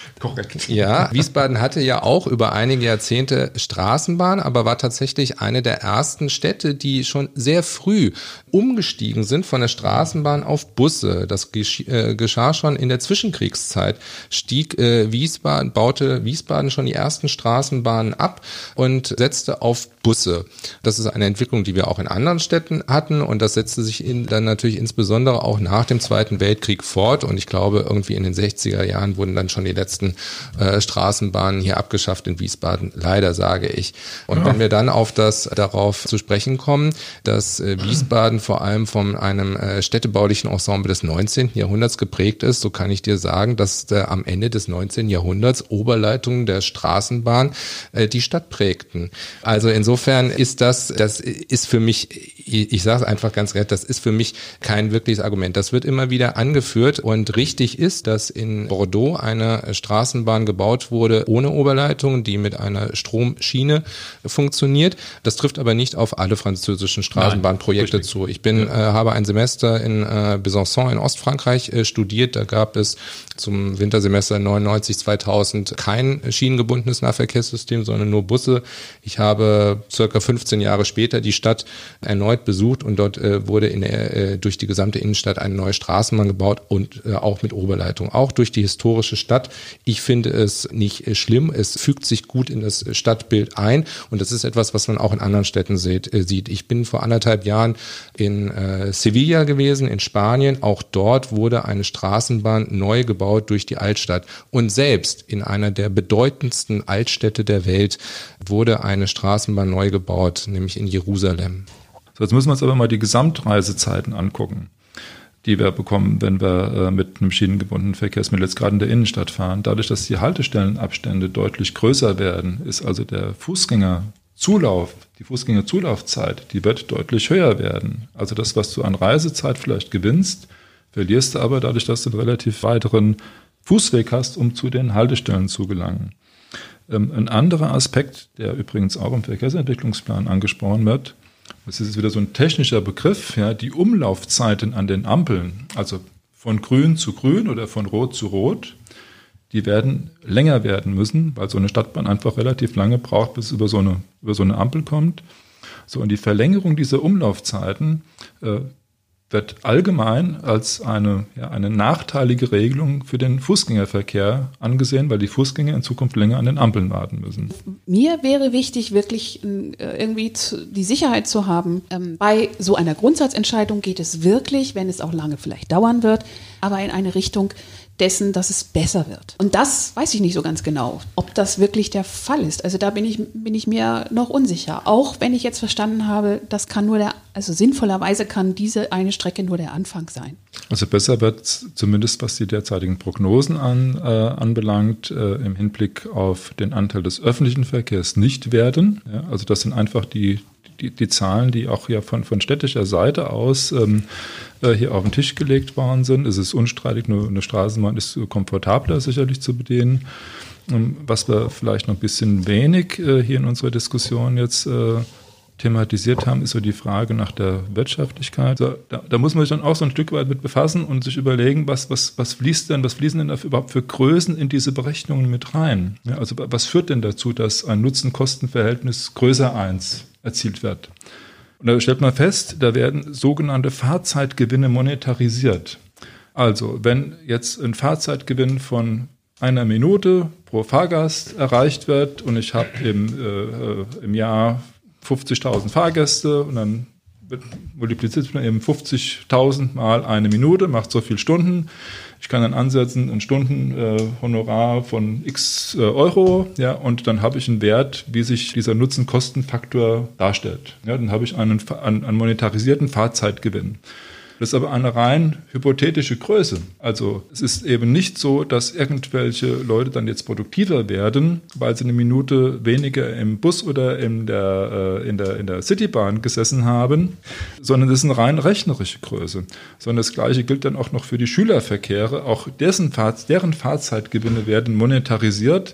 Korrekt. Ja, Wiesbaden hatte ja auch über einige Jahrzehnte Straßenbahn, aber war tatsächlich eine der ersten Städte, die schon sehr früh umgestiegen sind von der Straßenbahn auf Busse. Das gesch- äh, geschah schon in der Zwischenkriegszeit. Stieg äh, Wiesbaden, baute Wiesbaden schon die ersten Straßenbahnen ab und setzte auf Busse. Das ist eine Entwicklung, die wir auch in anderen Städten hatten, und das setzte sich in, dann natürlich insbesondere auch nach dem Zweiten Weltkrieg fort, und ich glaube, irgendwie in den sechziger Jahren wurden dann schon die letzten Äh, Straßenbahnen hier abgeschafft in Wiesbaden, leider, sage ich. Und ja. wenn wir dann auf das darauf zu sprechen kommen, dass äh, Wiesbaden vor allem von einem äh, städtebaulichen Ensemble des neunzehnten Jahrhunderts geprägt ist, so kann ich dir sagen, dass äh, am Ende des neunzehnten Jahrhunderts Oberleitungen der Straßenbahn äh, die Stadt prägten. Also insofern ist das, das ist für mich, ich, ich sage es einfach ganz recht, das ist für mich kein wirkliches Argument. Das wird immer wieder angeführt, und richtig ist, dass in Bordeaux eine Straßenbahn Straßenbahn gebaut wurde ohne Oberleitung, die mit einer Stromschiene funktioniert. Das trifft aber nicht auf alle französischen Straßenbahnprojekte zu. Ich bin, ja. äh, habe ein Semester in äh, Besançon in Ostfrankreich äh, studiert. Da gab es zum Wintersemester neunundneunzig zweitausend kein schienengebundenes Nahverkehrssystem, sondern nur Busse. Ich habe circa fünfzehn Jahre später die Stadt erneut besucht, und dort äh, wurde in der, äh, durch die gesamte Innenstadt eine neue Straßenbahn gebaut, und äh, auch mit Oberleitung, auch durch die historische Stadt. Ich finde es nicht schlimm, es fügt sich gut in das Stadtbild ein, und das ist etwas, was man auch in anderen Städten sieht. Ich bin vor anderthalb Jahren in äh, Sevilla gewesen, in Spanien. Auch dort wurde eine Straßenbahn neu gebaut durch die Altstadt, und selbst in einer der bedeutendsten Altstädte der Welt wurde eine Straßenbahn neu gebaut, nämlich in Jerusalem. So, jetzt müssen wir uns aber mal die Gesamtreisezeiten angucken, die wir bekommen, wenn wir äh, mit einem schienengebundenen Verkehrsmittel jetzt gerade in der Innenstadt fahren. Dadurch, dass die Haltestellenabstände deutlich größer werden, ist also der Fußgängerzulauf, die Fußgängerzulaufzeit, die wird deutlich höher werden. Also das, was du an Reisezeit vielleicht gewinnst, verlierst du aber dadurch, dass du einen relativ weiteren Fußweg hast, um zu den Haltestellen zu gelangen. Ähm, ein anderer Aspekt, der übrigens auch im Verkehrsentwicklungsplan angesprochen wird, das ist wieder so ein technischer Begriff, ja, die Umlaufzeiten an den Ampeln, also von grün zu grün oder von rot zu rot, die werden länger werden müssen, weil so eine Stadtbahn einfach relativ lange braucht, bis es über so eine, über so eine Ampel kommt. So, und die Verlängerung dieser Umlaufzeiten äh, wird allgemein als eine, ja, eine nachteilige Regelung für den Fußgängerverkehr angesehen, weil die Fußgänger in Zukunft länger an den Ampeln warten müssen. Mir wäre wichtig, wirklich äh, irgendwie zu, die Sicherheit zu haben. Ähm, bei so einer Grundsatzentscheidung geht es wirklich, wenn es auch lange vielleicht dauern wird, aber in eine Richtung dessen, dass es besser wird. Und das weiß ich nicht so ganz genau, ob das wirklich der Fall ist. Also da bin ich, bin ich mir noch unsicher. Auch wenn ich jetzt verstanden habe, das kann nur der, also sinnvollerweise kann diese eine Strecke nur der Anfang sein. Also besser wird zumindest, was die derzeitigen Prognosen an, äh, anbelangt, äh, im Hinblick auf den Anteil des öffentlichen Verkehrs nicht werden. Ja, also das sind einfach die Die, die Zahlen, die auch ja von, von städtischer Seite aus ähm, äh, hier auf den Tisch gelegt worden sind. Es ist unstreitig, nur eine Straßenbahn ist komfortabler sicherlich zu bedienen. Ähm, was wir vielleicht noch ein bisschen wenig äh, hier in unserer Diskussion jetzt äh, thematisiert haben, ist so die Frage nach der Wirtschaftlichkeit. Also, da, da muss man sich dann auch so ein Stück weit mit befassen und sich überlegen, was, was, was fließt denn, was fließen denn da überhaupt für Größen in diese Berechnungen mit rein? Ja, also was führt denn dazu, dass ein Nutzen-Kosten-Verhältnis größer eins erzielt wird? Und da stellt man fest, da werden sogenannte Fahrzeitgewinne monetarisiert. Also wenn jetzt ein Fahrzeitgewinn von einer Minute pro Fahrgast erreicht wird und ich habe im, äh, im Jahr fünfzigtausend Fahrgäste und dann multipliziert man eben fünfzigtausend mal eine Minute, macht so viele Stunden. Ich kann dann ansetzen, ein Stundenhonorar äh, von x äh, Euro, ja, und dann habe ich einen Wert, wie sich dieser Nutzen-Kosten-Faktor darstellt. Ja, dann habe ich einen, einen, einen monetarisierten Fahrzeitgewinn. Das ist aber eine rein hypothetische Größe. Also es ist eben nicht so, dass irgendwelche Leute dann jetzt produktiver werden, weil sie eine Minute weniger im Bus oder in der, äh, in der, in der Citybahn gesessen haben, sondern es ist eine rein rechnerische Größe. Sondern das Gleiche gilt dann auch noch für die Schülerverkehre. Auch dessen Fahr- deren Fahrzeitgewinne werden monetarisiert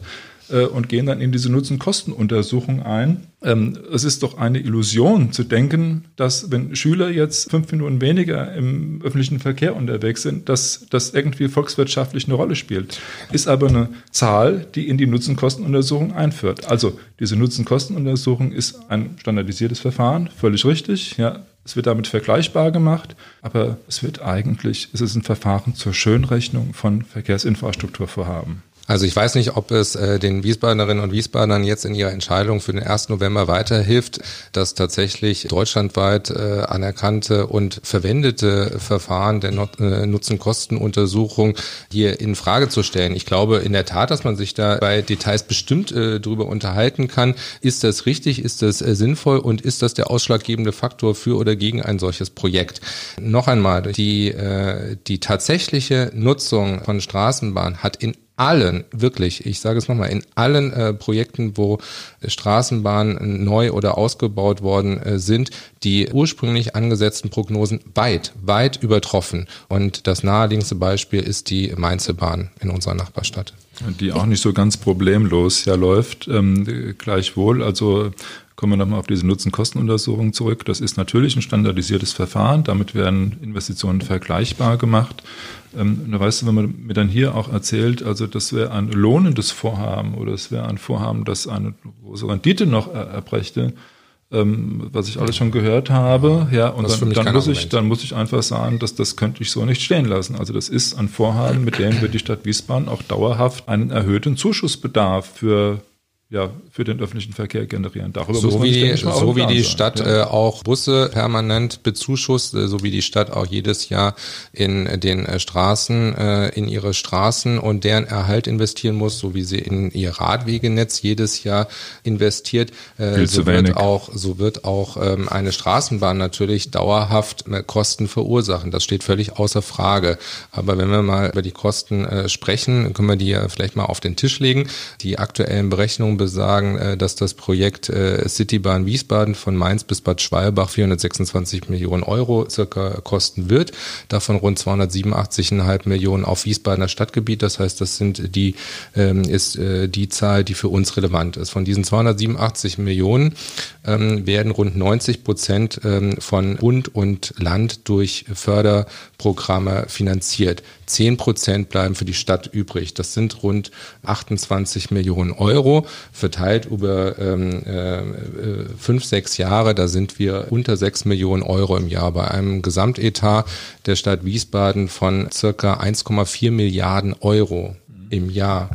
äh, und gehen dann in diese Nutzen-Kosten-Untersuchung ein. Ähm, es ist doch eine Illusion zu denken, dass wenn Schüler jetzt fünf Minuten weniger im öffentlichen Verkehr unterwegs sind, dass das irgendwie volkswirtschaftlich eine Rolle spielt. Ist aber eine Zahl, die in die Nutzen-Kosten-Untersuchung einführt. Also diese Nutzen-Kosten-Untersuchung ist ein standardisiertes Verfahren, völlig richtig, ja. Es wird damit vergleichbar gemacht, aber es wird eigentlich, es ist ein Verfahren zur Schönrechnung von Verkehrsinfrastrukturvorhaben. Also ich weiß nicht, ob es äh, den Wiesbadenerinnen und Wiesbadern jetzt in ihrer Entscheidung für den ersten November weiterhilft, dass tatsächlich deutschlandweit äh, anerkannte und verwendete Verfahren der Not- äh, Nutzen-Kosten-Untersuchung hier in Frage zu stellen. Ich glaube in der Tat, dass man sich da bei Details bestimmt äh, drüber unterhalten kann. Ist das richtig? Ist das äh, sinnvoll? Und ist das der ausschlaggebende Faktor für oder gegen ein solches Projekt? Noch einmal, die, äh, die tatsächliche Nutzung von Straßenbahn hat in allen, wirklich, ich sage es nochmal, in allen äh, Projekten, wo Straßenbahnen neu oder ausgebaut worden äh, sind, die ursprünglich angesetzten Prognosen weit, weit übertroffen. Und das naheliegendste Beispiel ist die Mainzer Bahn in unserer Nachbarstadt. Die auch nicht so ganz problemlos ja läuft, ähm, gleichwohl, also kommen wir nochmal auf diese Nutzen-Kosten-Untersuchung zurück. Das ist natürlich ein standardisiertes Verfahren. Damit werden Investitionen vergleichbar gemacht. Ähm, da weißt du, wenn man mir dann hier auch erzählt, also das wäre ein lohnendes Vorhaben oder es wäre ein Vorhaben, das eine große Rendite noch er- erbrächte, ähm, was ich alles schon gehört habe. Ja, und dann, dann, muss ich, dann muss ich einfach sagen, dass das könnte ich so nicht stehen lassen. Also das ist ein Vorhaben, mit dem wird die Stadt Wiesbaden auch dauerhaft einen erhöhten Zuschussbedarf für ja, für den öffentlichen Verkehr generieren. Darüber so muss man wie die, sich so wie die sein. Stadt ja. äh, auch Busse permanent bezuschusst, äh, so wie die Stadt auch jedes Jahr in äh, den äh, Straßen, äh, in ihre Straßen und deren Erhalt investieren muss, so wie sie in ihr Radwegenetz jedes Jahr investiert, äh, so wird auch, so wird auch ähm, eine Straßenbahn natürlich dauerhaft äh, Kosten verursachen. Das steht völlig außer Frage. Aber wenn wir mal über die Kosten äh, sprechen, können wir die ja vielleicht mal auf den Tisch legen. Die aktuellen Berechnungen besagen, dass das Projekt Citybahn Wiesbaden von Mainz bis Bad Schwalbach vierhundertsechsundzwanzig Millionen Euro circa kosten wird. Davon rund zweihundertsiebenundachtzig Komma fünf Millionen auf Wiesbadener Stadtgebiet. Das heißt, das sind die, ist die Zahl, die für uns relevant ist. Von diesen zweihundertsiebenundachtzig Millionen werden rund neunzig Prozent von Bund und Land durch Förderprogramme finanziert. zehn Prozent bleiben für die Stadt übrig. Das sind rund achtundzwanzig Millionen Euro, verteilt über ähm, äh, fünf, sechs Jahre. Da sind wir unter sechs Millionen Euro im Jahr bei einem Gesamtetat der Stadt Wiesbaden von circa eins Komma vier Milliarden Euro im Jahr.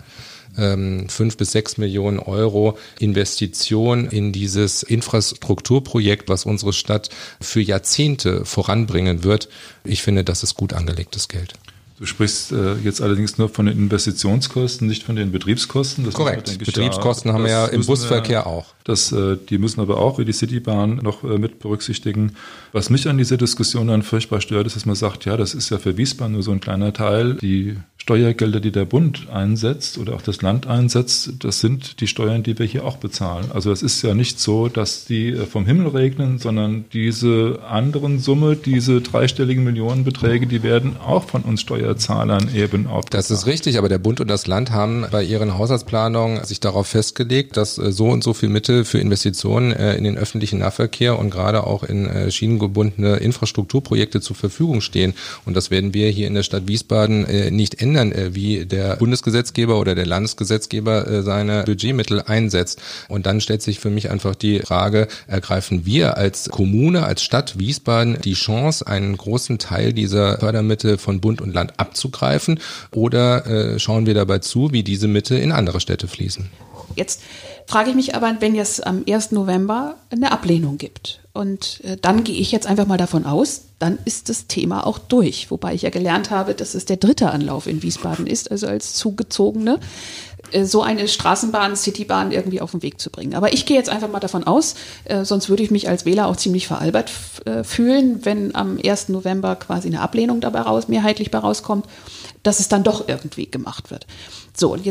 Fünf bis sechs Millionen Euro Investition in dieses Infrastrukturprojekt, was unsere Stadt für Jahrzehnte voranbringen wird. Ich finde, das ist gut angelegtes Geld. Du sprichst äh, jetzt allerdings nur von den Investitionskosten, nicht von den Betriebskosten. Das Korrekt. Ist, Betriebskosten ja, haben wir ja im Busverkehr wir, auch. Das, äh, die müssen aber auch, wie die Citybahn, noch äh, mit berücksichtigen. Was mich an dieser Diskussion dann furchtbar stört, ist, dass man sagt, ja, das ist ja für Wiesbaden nur so ein kleiner Teil. Die Steuergelder, die der Bund einsetzt oder auch das Land einsetzt, das sind die Steuern, die wir hier auch bezahlen. Also es ist ja nicht so, dass die vom Himmel regnen, sondern diese anderen Summe, diese dreistelligen Millionenbeträge, die werden auch von uns Steuerzahlern eben aufgezahlt. Das ist richtig, aber der Bund und das Land haben bei ihren Haushaltsplanungen sich darauf festgelegt, dass so und so viel Mittel für Investitionen in den öffentlichen Nahverkehr und gerade auch in schienengebundene Infrastrukturprojekte zur Verfügung stehen. Und das werden wir hier in der Stadt Wiesbaden nicht ändern, wie der Bundesgesetzgeber oder der Landesgesetzgeber seine Budgetmittel einsetzt. Und dann stellt sich für mich einfach die Frage, ergreifen wir als Kommune, als Stadt Wiesbaden die Chance, einen großen Teil dieser Fördermittel von Bund und Land abzugreifen, oder äh, schauen wir dabei zu, wie diese Mittel in andere Städte fließen? Jetzt frage ich mich aber, wenn es am ersten November eine Ablehnung gibt. Und äh, dann gehe ich jetzt einfach mal davon aus, dann ist das Thema auch durch. Wobei ich ja gelernt habe, dass es der dritte Anlauf in Wiesbaden ist, also als Zugezogene, äh, so eine Straßenbahn, Citybahn irgendwie auf den Weg zu bringen. Aber ich gehe jetzt einfach mal davon aus, äh, sonst würde ich mich als Wähler auch ziemlich veralbert f- äh, fühlen, wenn am ersten November quasi eine Ablehnung dabei raus, mehrheitlich bei rauskommt, dass es dann doch irgendwie gemacht wird. So, und jetzt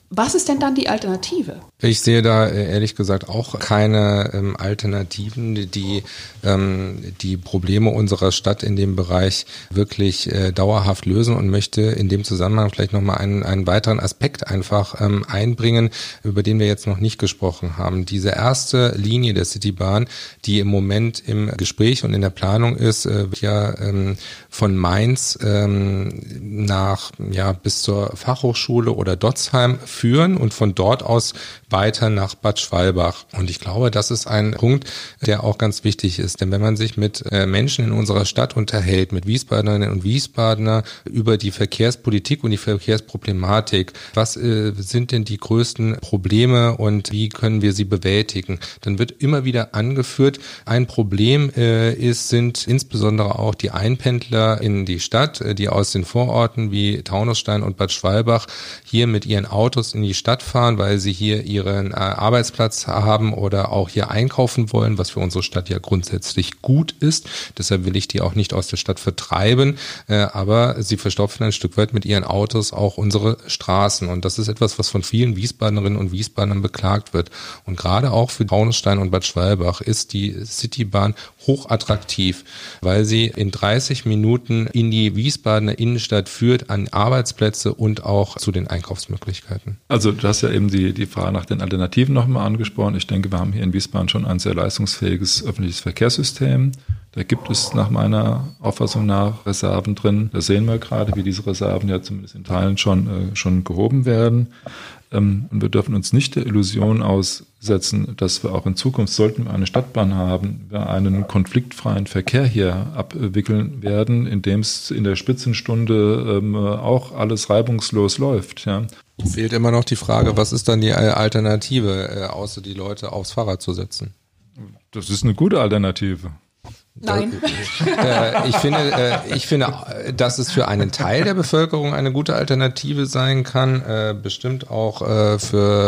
Was ist denn dann die Alternative? Ich sehe da ehrlich gesagt auch keine ähm, Alternativen, die ähm, die Probleme unserer Stadt in dem Bereich wirklich äh, dauerhaft lösen, und möchte in dem Zusammenhang vielleicht nochmal einen, einen weiteren Aspekt einfach ähm, einbringen, über den wir jetzt noch nicht gesprochen haben. Diese erste Linie der Citybahn, die im Moment im Gespräch und in der Planung ist, äh, wird ja ähm, von Mainz ähm, nach ja bis zur Fachhochschule oder Dotzheim führen und von dort aus weiter nach Bad Schwalbach. Und ich glaube, das ist ein Punkt, der auch ganz wichtig ist. Denn wenn man sich mit äh, Menschen in unserer Stadt unterhält, mit Wiesbaderinnen und Wiesbadener über die Verkehrspolitik und die Verkehrsproblematik, was äh, sind denn die größten Probleme und wie können wir sie bewältigen, dann wird immer wieder angeführt, ein Problem äh, ist, sind insbesondere auch die Einpendler in die Stadt, äh, die aus den Vororten wie Taunusstein und Bad Schwalbach hier mit ihren Autos in die Stadt fahren, weil sie hier ihren äh, Arbeitsplatz haben oder auch hier einkaufen wollen, was für unsere Stadt ja grundsätzlich gut ist. Deshalb will ich die auch nicht aus der Stadt vertreiben, äh, aber sie verstopfen ein Stück weit mit ihren Autos auch unsere Straßen. Und das ist etwas, was von vielen Wiesbaderinnen und Wiesbadern beklagt wird. Und gerade auch für Taunusstein und Bad Schwalbach ist die Citybahn hochattraktiv, weil sie in dreißig Minuten in die Wiesbadener Innenstadt führt, an Arbeitsplätze und auch zu den Einkaufsmöglichkeiten. Also du hast ja eben die, die Frage nach den Alternativen nochmal angesprochen. Ich denke, wir haben hier in Wiesbaden schon ein sehr leistungsfähiges öffentliches Verkehrssystem. Da gibt es nach meiner Auffassung nach Reserven drin. Da sehen wir gerade, wie diese Reserven ja zumindest in Teilen schon, äh, schon gehoben werden. Ähm, und wir dürfen uns nicht der Illusion aussetzen, dass wir auch in Zukunft, sollten wir eine Stadtbahn haben, wir einen konfliktfreien Verkehr hier abwickeln werden, indem es in der Spitzenstunde ähm, auch alles reibungslos läuft. Ja. Fehlt immer noch die Frage, was ist dann die Alternative, äh, außer die Leute aufs Fahrrad zu setzen? Das ist eine gute Alternative. Nein. äh, ich finde, äh, ich finde, dass es für einen Teil der Bevölkerung eine gute Alternative sein kann, äh, bestimmt auch äh,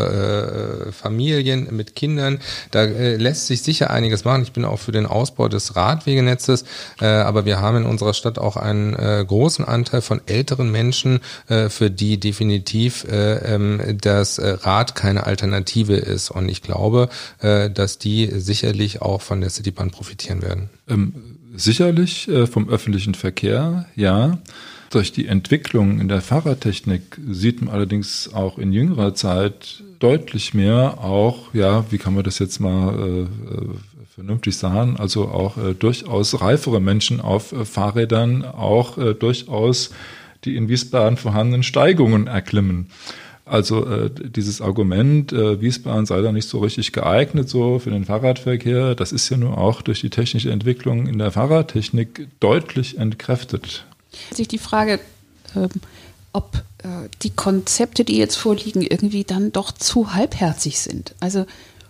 für äh, Familien mit Kindern. Da äh, lässt sich sicher einiges machen. Ich bin auch für den Ausbau des Radwegenetzes, äh, aber wir haben in unserer Stadt auch einen äh, großen Anteil von älteren Menschen, äh, für die definitiv äh, ähm, das äh, Rad keine Alternative ist. Und ich glaube, äh, dass die sicherlich auch von der Citybahn profitieren werden. Ähm, sicherlich äh, vom öffentlichen Verkehr, ja. Durch die Entwicklung in der Fahrradtechnik sieht man allerdings auch in jüngerer Zeit deutlich mehr auch, ja, wie kann man das jetzt mal äh, vernünftig sagen, also auch äh, durchaus reifere Menschen auf äh, Fahrrädern, auch äh, durchaus die in Wiesbaden vorhandenen Steigungen erklimmen. Also äh, dieses Argument, äh, Wiesbaden sei da nicht so richtig geeignet so für den Fahrradverkehr, das ist ja nur auch durch die technische Entwicklung in der Fahrradtechnik deutlich entkräftet. Sich die Frage, ähm, ob äh, die Konzepte, die jetzt vorliegen, irgendwie dann doch zu halbherzig sind. Also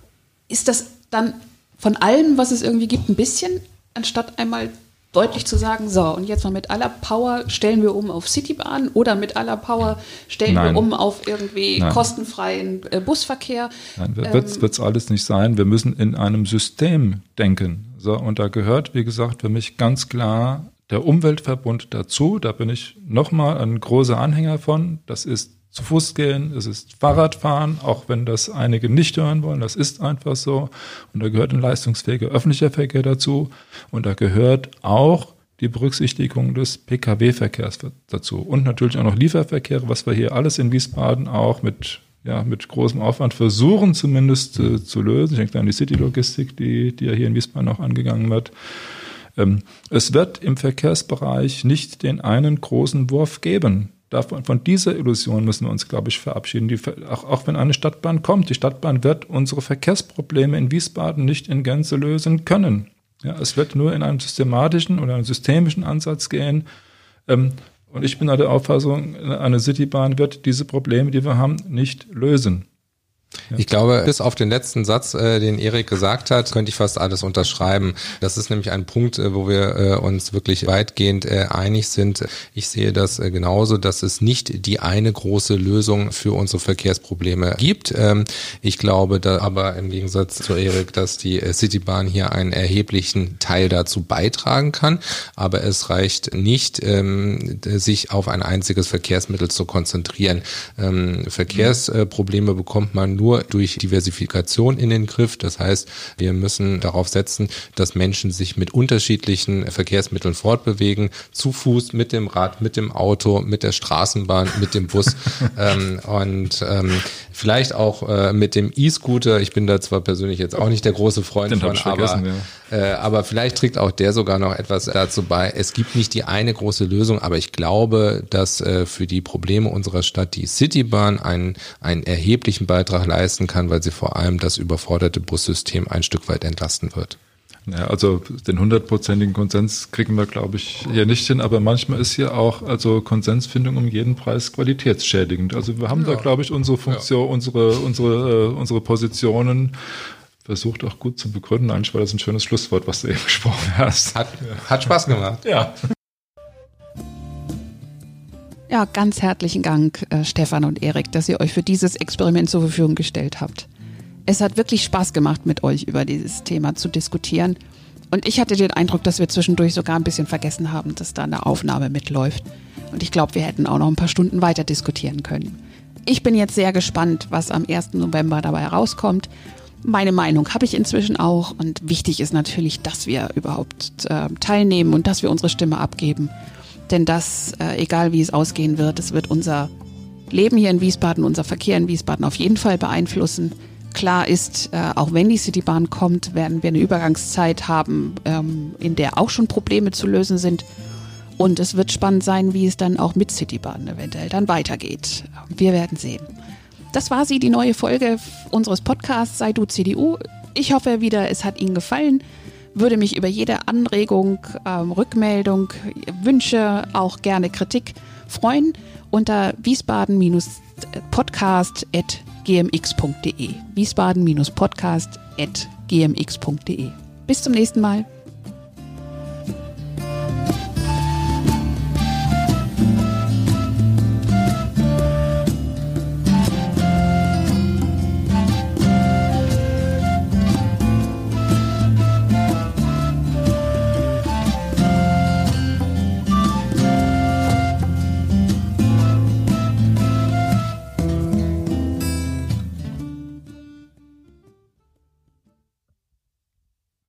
ist das dann von allem, was es irgendwie gibt, ein bisschen, anstatt einmal deutlich zu sagen, so, und jetzt mal mit aller Power stellen wir um auf Citybahn oder mit aller Power stellen Nein. wir um auf irgendwie Nein. kostenfreien äh, Busverkehr. Nein, wird es ähm, alles nicht sein. Wir müssen in einem System denken. So, und da gehört, wie gesagt, für mich ganz klar der Umweltverbund dazu. Da bin ich nochmal ein großer Anhänger von. Das ist zu Fuß gehen, es ist Fahrradfahren, auch wenn das einige nicht hören wollen, das ist einfach so. Und da gehört ein leistungsfähiger öffentlicher Verkehr dazu. Und da gehört auch die Berücksichtigung des Pkw Verkehrs dazu. Und natürlich auch noch Lieferverkehr, was wir hier alles in Wiesbaden auch mit, ja, mit großem Aufwand versuchen zumindest äh, zu lösen. Ich denke an die City-Logistik, die, die ja hier in Wiesbaden auch angegangen wird. Ähm, es wird im Verkehrsbereich nicht den einen großen Wurf geben. Davon, von dieser Illusion müssen wir uns, glaube ich, verabschieden. Die, auch, auch wenn eine Stadtbahn kommt, die Stadtbahn wird unsere Verkehrsprobleme in Wiesbaden nicht in Gänze lösen können. Ja, es wird nur in einem systematischen oder einem systemischen Ansatz gehen. Ähm, und ich bin der Auffassung, eine Citybahn wird diese Probleme, die wir haben, nicht lösen. Ich glaube, bis auf den letzten Satz, äh, den Erik gesagt hat, könnte ich fast alles unterschreiben. Das ist nämlich ein Punkt, äh, wo wir äh, uns wirklich weitgehend äh, einig sind. Ich sehe das äh, genauso, dass es nicht die eine große Lösung für unsere Verkehrsprobleme gibt. Ähm, ich glaube da aber im Gegensatz zu Erik, dass die äh, Citybahn hier einen erheblichen Teil dazu beitragen kann. Aber es reicht nicht, ähm, sich auf ein einziges Verkehrsmittel zu konzentrieren. Ähm, Verkehrsprobleme bekommt man nur durch Diversifikation in den Griff. Das heißt, wir müssen darauf setzen, dass Menschen sich mit unterschiedlichen Verkehrsmitteln fortbewegen, zu Fuß, mit dem Rad, mit dem Auto, mit der Straßenbahn, mit dem Bus ähm, und ähm, vielleicht auch äh, mit dem E-Scooter. Ich bin da zwar persönlich jetzt auch nicht der große Freund Den von, aber, ja. äh, aber vielleicht trägt auch der sogar noch etwas dazu bei. Es gibt nicht die eine große Lösung, aber ich glaube, dass äh, für die Probleme unserer Stadt die Citybahn einen, einen erheblichen Beitrag leisten kann, weil sie vor allem das überforderte Bussystem ein Stück weit entlasten wird. Ja, also den hundertprozentigen Konsens kriegen wir, glaube ich, hier nicht hin, aber manchmal ist hier auch also Konsensfindung um jeden Preis qualitätsschädigend. Also wir haben ja. da, glaube ich, unsere Funktion, ja. unsere, unsere, äh, unsere Positionen versucht auch gut zu begründen. Eigentlich war das ein schönes Schlusswort, was du eben gesprochen hast. Hat, hat Spaß gemacht. Ja. Ja, ganz herzlichen Dank, äh, Stefan und Erik, dass ihr euch für dieses Experiment zur Verfügung gestellt habt. Es hat wirklich Spaß gemacht, mit euch über dieses Thema zu diskutieren. Und ich hatte den Eindruck, dass wir zwischendurch sogar ein bisschen vergessen haben, dass da eine Aufnahme mitläuft. Und ich glaube, wir hätten auch noch ein paar Stunden weiter diskutieren können. Ich bin jetzt sehr gespannt, was am ersten November dabei herauskommt. Meine Meinung habe ich inzwischen auch. Und wichtig ist natürlich, dass wir überhaupt äh, teilnehmen und dass wir unsere Stimme abgeben. Denn das, äh, egal wie es ausgehen wird, es wird unser Leben hier in Wiesbaden, unser Verkehr in Wiesbaden auf jeden Fall beeinflussen. Klar ist, äh, auch wenn die Citybahn kommt, werden wir eine Übergangszeit haben, ähm, in der auch schon Probleme zu lösen sind. Und es wird spannend sein, wie es dann auch mit Citybahn eventuell dann weitergeht. Wir werden sehen. Das war sie, die neue Folge unseres Podcasts Sei du C D U. Ich hoffe wieder, es hat Ihnen gefallen. Würde mich über jede Anregung, ähm, Rückmeldung, Wünsche, auch gerne Kritik freuen unter wiesbaden-podcast at gmx punkt de. wiesbaden-podcast at gmx punkt de. Bis zum nächsten Mal.